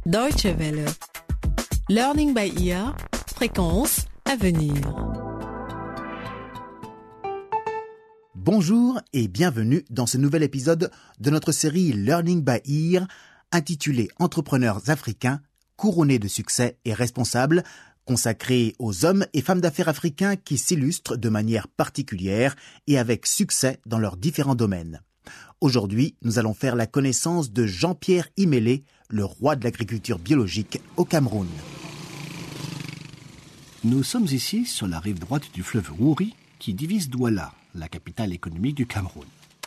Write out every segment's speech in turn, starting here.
Deutsche Welle. Learning by ear. Fréquence à venir. Bonjour et bienvenue dans ce nouvel épisode de notre série Learning by Ear, intitulée Entrepreneurs africains, couronnés de succès et responsables, consacrée aux hommes et femmes d'affaires africains qui s'illustrent de manière particulière et avec succès dans leurs différents domaines. Aujourd'hui, nous allons faire la connaissance de Jean-Pierre Imélé, le roi de l'agriculture biologique au Cameroun. Nous sommes ici sur la rive droite du fleuve Wouri qui divise Douala, la capitale économique du Cameroun.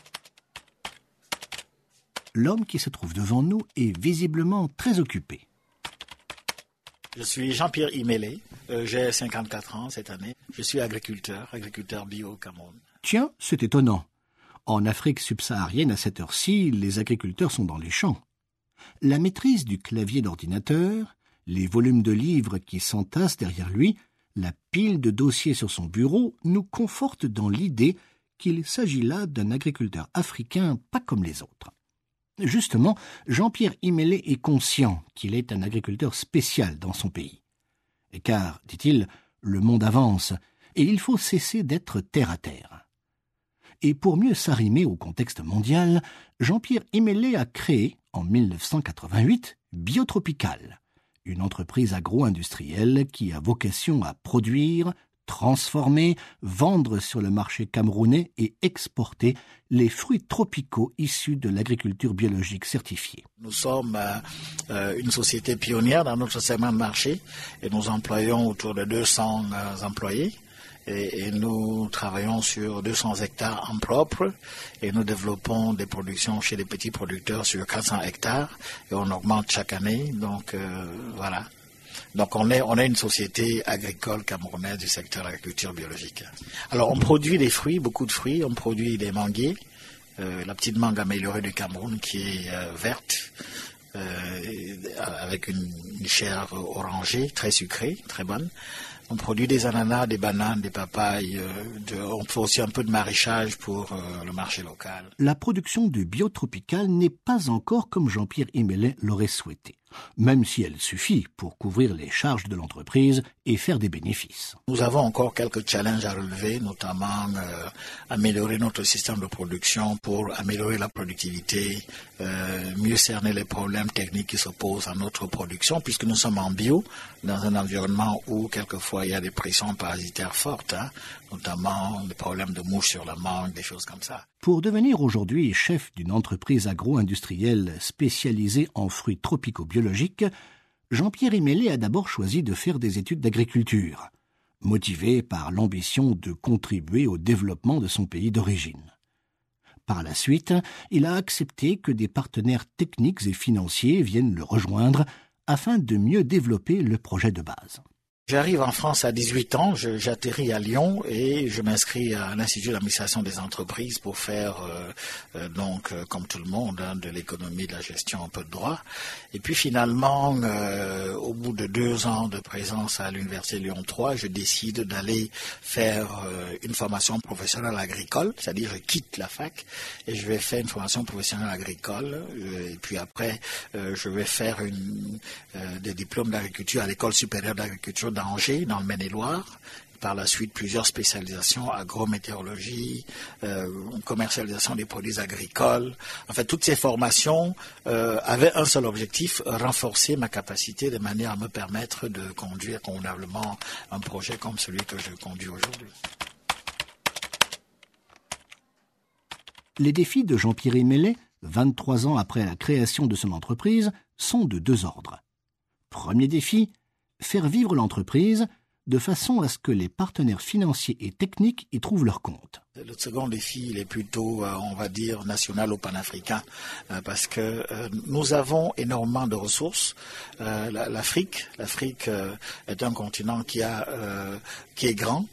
L'homme qui se trouve devant nous est visiblement très occupé. Je suis Jean-Pierre Imélé, j'ai 54 ans cette année. Je suis agriculteur bio au Cameroun. Tiens, c'est étonnant. En Afrique subsaharienne, à cette heure-ci, les agriculteurs sont dans les champs. La maîtrise du clavier d'ordinateur, les volumes de livres qui s'entassent derrière lui, la pile de dossiers sur son bureau nous confortent dans l'idée qu'il s'agit là d'un agriculteur africain pas comme les autres. Justement, Jean-Pierre Imélé est conscient qu'il est un agriculteur spécial dans son pays. Car, dit-il, le monde avance et il faut cesser d'être terre à terre. Et pour mieux s'arrimer au contexte mondial, Jean-Pierre Imélé a créé, en 1988, Biotropical, une entreprise agro-industrielle qui a vocation à produire, transformer, vendre sur le marché camerounais et exporter les fruits tropicaux issus de l'agriculture biologique certifiée. Nous sommes une société pionnière dans notre segment de marché et nous employons autour de 200 employés. Et nous travaillons sur 200 hectares en propre et nous développons des productions chez les petits producteurs sur 400 hectares et on augmente chaque année. Donc voilà. Donc on est une société agricole camerounaise du secteur de l'agriculture biologique. Alors on produit des fruits, beaucoup de fruits. On produit des manguiers, la petite mangue améliorée du Cameroun qui est verte. Avec une chair orangée, très sucrée, très bonne. On produit des ananas, des bananes, des papayes. On fait aussi un peu de maraîchage pour le marché local. La production de Biotropical n'est pas encore comme Jean-Pierre Imélé l'aurait souhaité, même si elle suffit pour couvrir les charges de l'entreprise et faire des bénéfices. Nous avons encore quelques challenges à relever, notamment améliorer notre système de production pour améliorer la productivité, mieux cerner les problèmes techniques qui s'opposent à notre production, puisque nous sommes en bio, dans un environnement où quelquefois il y a des pressions parasitaires fortes, notamment des problèmes de mouches sur la mangue, des choses comme ça. Pour devenir aujourd'hui chef d'une entreprise agro-industrielle spécialisée en fruits tropicaux biologiques, Jean-Pierre Imélé a d'abord choisi de faire des études d'agriculture, motivé par l'ambition de contribuer au développement de son pays d'origine. Par la suite, il a accepté que des partenaires techniques et financiers viennent le rejoindre afin de mieux développer le projet de base. J'arrive en France à 18 ans, j'atterris à Lyon et je m'inscris à l'Institut d'administration des entreprises pour faire, comme tout le monde, de l'économie, de la gestion, un peu de droit. Et puis finalement, au bout de 2 ans de présence à l'Université Lyon 3, je décide d'aller faire une formation professionnelle agricole, c'est-à-dire je quitte la fac et je vais faire une formation professionnelle agricole. Et puis après, je vais faire des diplômes d'agriculture à l'École supérieure d'agriculture d'Angers, dans le Maine-et-Loire. Par la suite, plusieurs spécialisations, agrométéorologie, commercialisation des produits agricoles. En fait, toutes ces formations avaient un seul objectif, renforcer ma capacité de manière à me permettre de conduire convenablement un projet comme celui que je conduis aujourd'hui. Les défis de Jean-Pierre Imélé, 23 ans après la création de son entreprise, sont de 2 ordres. Premier défi, faire vivre l'entreprise de façon à ce que les partenaires financiers et techniques y trouvent leur compte. Le second défi, il est plutôt, on va dire, national ou panafricain, parce que nous avons énormément de ressources. L'Afrique est un continent qui est grand,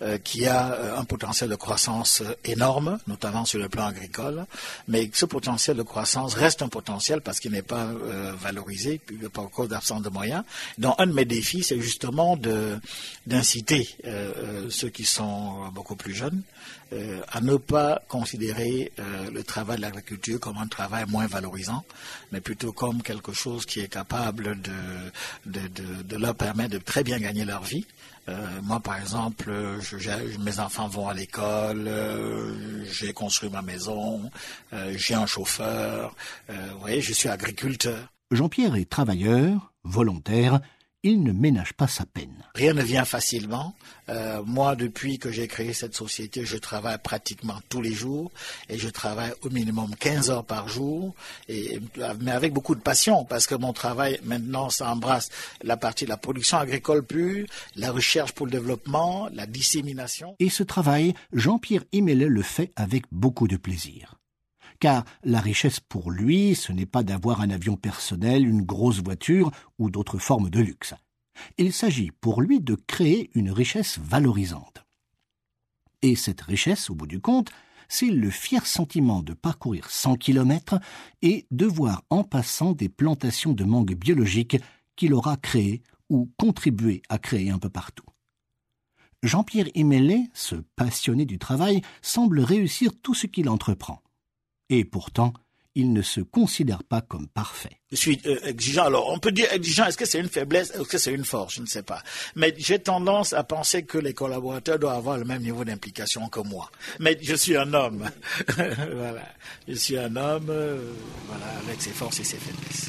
qui a un potentiel de croissance énorme, notamment sur le plan agricole, mais ce potentiel de croissance reste un potentiel parce qu'il n'est pas valorisé par cause d'absence de moyens. Donc un de mes défis, c'est justement d'inciter ceux qui sont beaucoup plus jeunes à ne pas considérer le travail de l'agriculture comme un travail moins valorisant, mais plutôt comme quelque chose qui est capable de leur permettre de très bien gagner leur vie. Moi, par exemple, mes enfants vont à l'école, j'ai construit ma maison, j'ai un chauffeur, vous voyez, je suis agriculteur. Jean-Pierre est travailleur, volontaire, il ne ménage pas sa peine. Rien ne vient facilement. Moi, depuis que j'ai créé cette société, je travaille pratiquement tous les jours et je travaille au minimum 15 heures par jour, mais avec beaucoup de passion parce que mon travail maintenant ça embrasse la partie de la production agricole pure, la recherche pour le développement, la dissémination. Et ce travail, Jean-Pierre Imellet le fait avec beaucoup de plaisir. Car la richesse pour lui, ce n'est pas d'avoir un avion personnel, une grosse voiture ou d'autres formes de luxe. Il s'agit pour lui de créer une richesse valorisante. Et cette richesse, au bout du compte, c'est le fier sentiment de parcourir 100 kilomètres et de voir en passant des plantations de mangue biologique qu'il aura créées ou contribué à créer un peu partout. Jean-Pierre Imellet, ce passionné du travail, semble réussir tout ce qu'il entreprend. Et pourtant, il ne se considère pas comme parfait. Je suis exigeant. Alors, on peut dire exigeant, est-ce que c'est une faiblesse, est-ce que c'est une force? Je ne sais pas. Mais j'ai tendance à penser que les collaborateurs doivent avoir le même niveau d'implication que moi. Mais je suis un homme. Voilà. Je suis un homme, voilà, avec ses forces et ses faiblesses.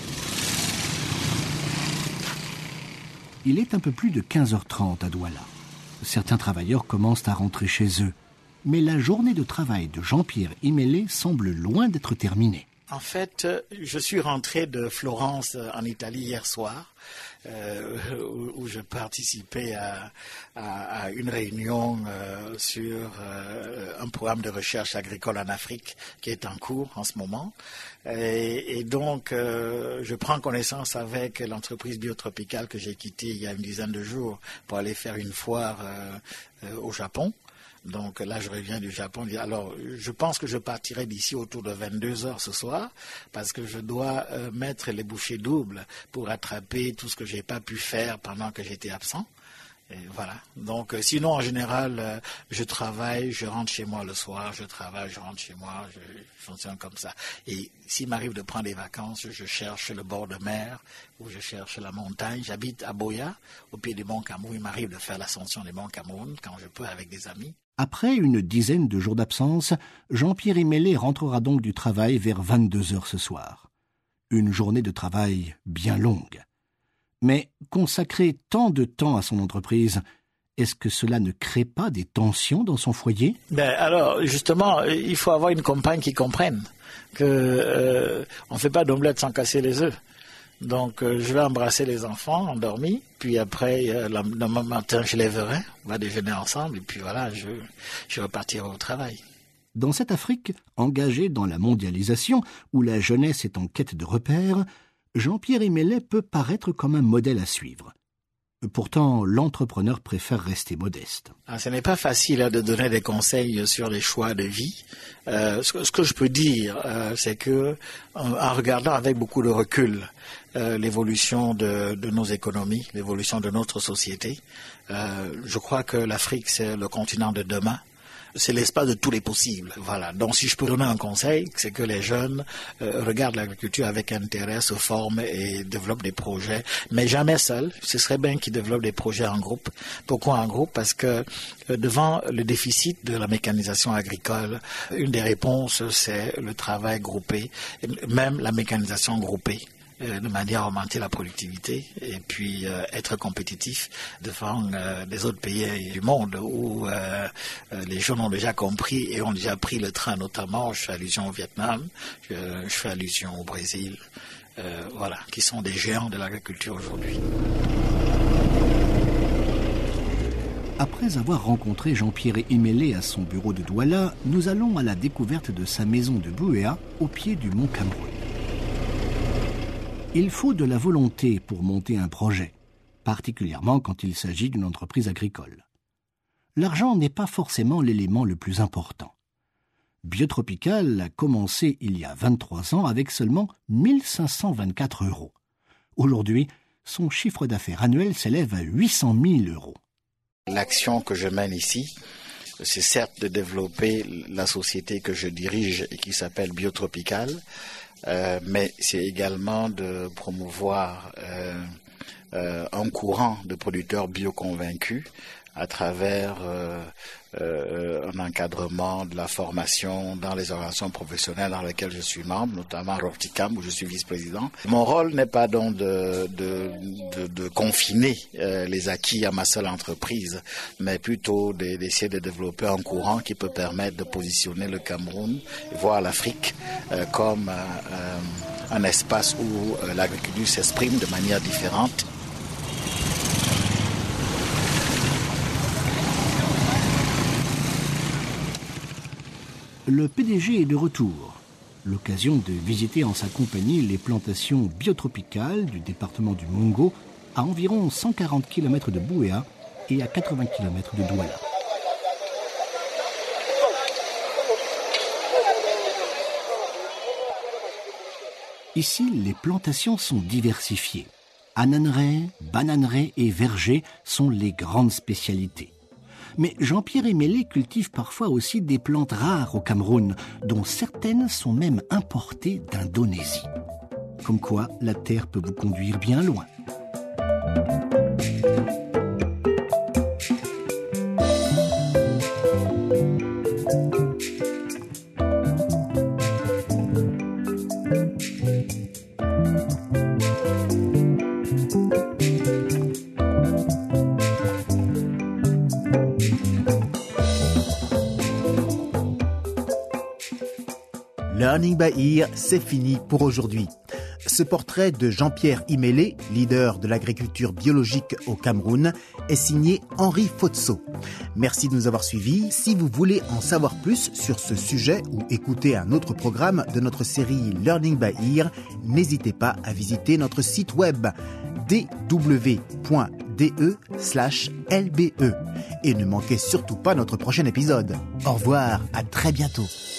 Il est un peu plus de 15h30 à Douala. Certains travailleurs commencent à rentrer chez eux. Mais la journée de travail de Jean-Pierre Imellet semble loin d'être terminée. En fait, je suis rentré de Florence en Italie hier soir, où je participais à une réunion sur un programme de recherche agricole en Afrique qui est en cours en ce moment. Et donc, je prends connaissance avec l'entreprise biotropicale que j'ai quittée il y a une dizaine de jours pour aller faire une foire au Japon. Donc là, je reviens du Japon. Alors, je pense que je partirai d'ici autour de 22 heures ce soir parce que je dois mettre les bouchées doubles pour rattraper tout ce que j'ai pas pu faire pendant que j'étais absent. Et voilà. Donc, sinon, en général, je travaille, je rentre chez moi le soir, je travaille, je rentre chez moi, je fonctionne comme ça. Et s'il m'arrive de prendre des vacances, je cherche le bord de mer ou je cherche la montagne. J'habite à Boya, au pied du mont Cameroun. Il m'arrive de faire l'ascension des monts Cameroun quand je peux avec des amis. Après une dizaine de jours d'absence, Jean-Pierre Imellet rentrera donc du travail vers 22 heures ce soir. Une journée de travail bien longue. Mais consacrer tant de temps à son entreprise, est-ce que cela ne crée pas des tensions dans son foyer? Alors, justement, il faut avoir une compagne qui comprenne que on ne fait pas d'omelette sans casser les œufs. Donc, je vais embrasser les enfants endormis, puis après, le matin, je lèverai, on va déjeuner ensemble, et puis voilà, je repartirai au travail. Dans cette Afrique, engagée dans la mondialisation, où la jeunesse est en quête de repères, Jean-Pierre Imellet peut paraître comme un modèle à suivre. Pourtant, l'entrepreneur préfère rester modeste. Ce n'est pas facile de donner des conseils sur les choix de vie. Ce que je peux dire, c'est que, en regardant avec beaucoup de recul l'évolution de nos économies, l'évolution de notre société, je crois que l'Afrique, c'est le continent de demain. C'est l'espace de tous les possibles. Voilà. Donc, si je peux donner un conseil, c'est que les jeunes regardent l'agriculture avec intérêt, se forment et développent des projets, mais jamais seuls. Ce serait bien qu'ils développent des projets en groupe. Pourquoi en groupe? Parce que devant le déficit de la mécanisation agricole, une des réponses, c'est le travail groupé, même la mécanisation groupée, de manière à augmenter la productivité et puis être compétitif devant les autres pays du monde où les jeunes ont déjà compris et ont déjà pris le train, notamment, je fais allusion au Vietnam, je fais allusion au Brésil, voilà, qui sont des géants de l'agriculture aujourd'hui. Après avoir rencontré Jean-Pierre Imellet à son bureau de Douala, nous allons à la découverte de sa maison de Buea, au pied du mont Cameroun. Il faut de la volonté pour monter un projet, particulièrement quand il s'agit d'une entreprise agricole. l'argent n'est pas forcément l'élément le plus important. Biotropical a commencé il y a 23 ans avec seulement 1 524 €. Aujourd'hui, son chiffre d'affaires annuel s'élève à 800 000 €. L'action que je mène ici, c'est certes de développer la société que je dirige et qui s'appelle Biotropical, mais c'est également de promouvoir un courant de producteurs bioconvaincus à travers un encadrement de la formation dans les organisations professionnelles dans lesquelles je suis membre, notamment Rorticam, où je suis vice-président. Mon rôle n'est pas donc de confiner les acquis à ma seule entreprise, mais plutôt d'essayer de développer un courant qui peut permettre de positionner le Cameroun, voire l'Afrique, comme un espace où l'agriculture s'exprime de manière différente. Le PDG est de retour. L'occasion de visiter en sa compagnie les plantations biotropicales du département du Mungo, à environ 140 km de Buea et à 80 km de Douala. Ici, les plantations sont diversifiées. Ananeraies, bananeraies et vergers sont les grandes spécialités. Mais Jean-Pierre Emélé cultive parfois aussi des plantes rares au Cameroun, dont certaines sont même importées d'Indonésie. Comme quoi, la terre peut vous conduire bien loin. Learning by Ear, c'est fini pour aujourd'hui. Ce portrait de Jean-Pierre Emélé, leader de l'agriculture biologique au Cameroun, est signé Henri Fotso. Merci de nous avoir suivis. Si vous voulez en savoir plus sur ce sujet ou écouter un autre programme de notre série Learning by Ear, n'hésitez pas à visiter notre site web dw.de/lbe. Et ne manquez surtout pas notre prochain épisode. Au revoir, à très bientôt.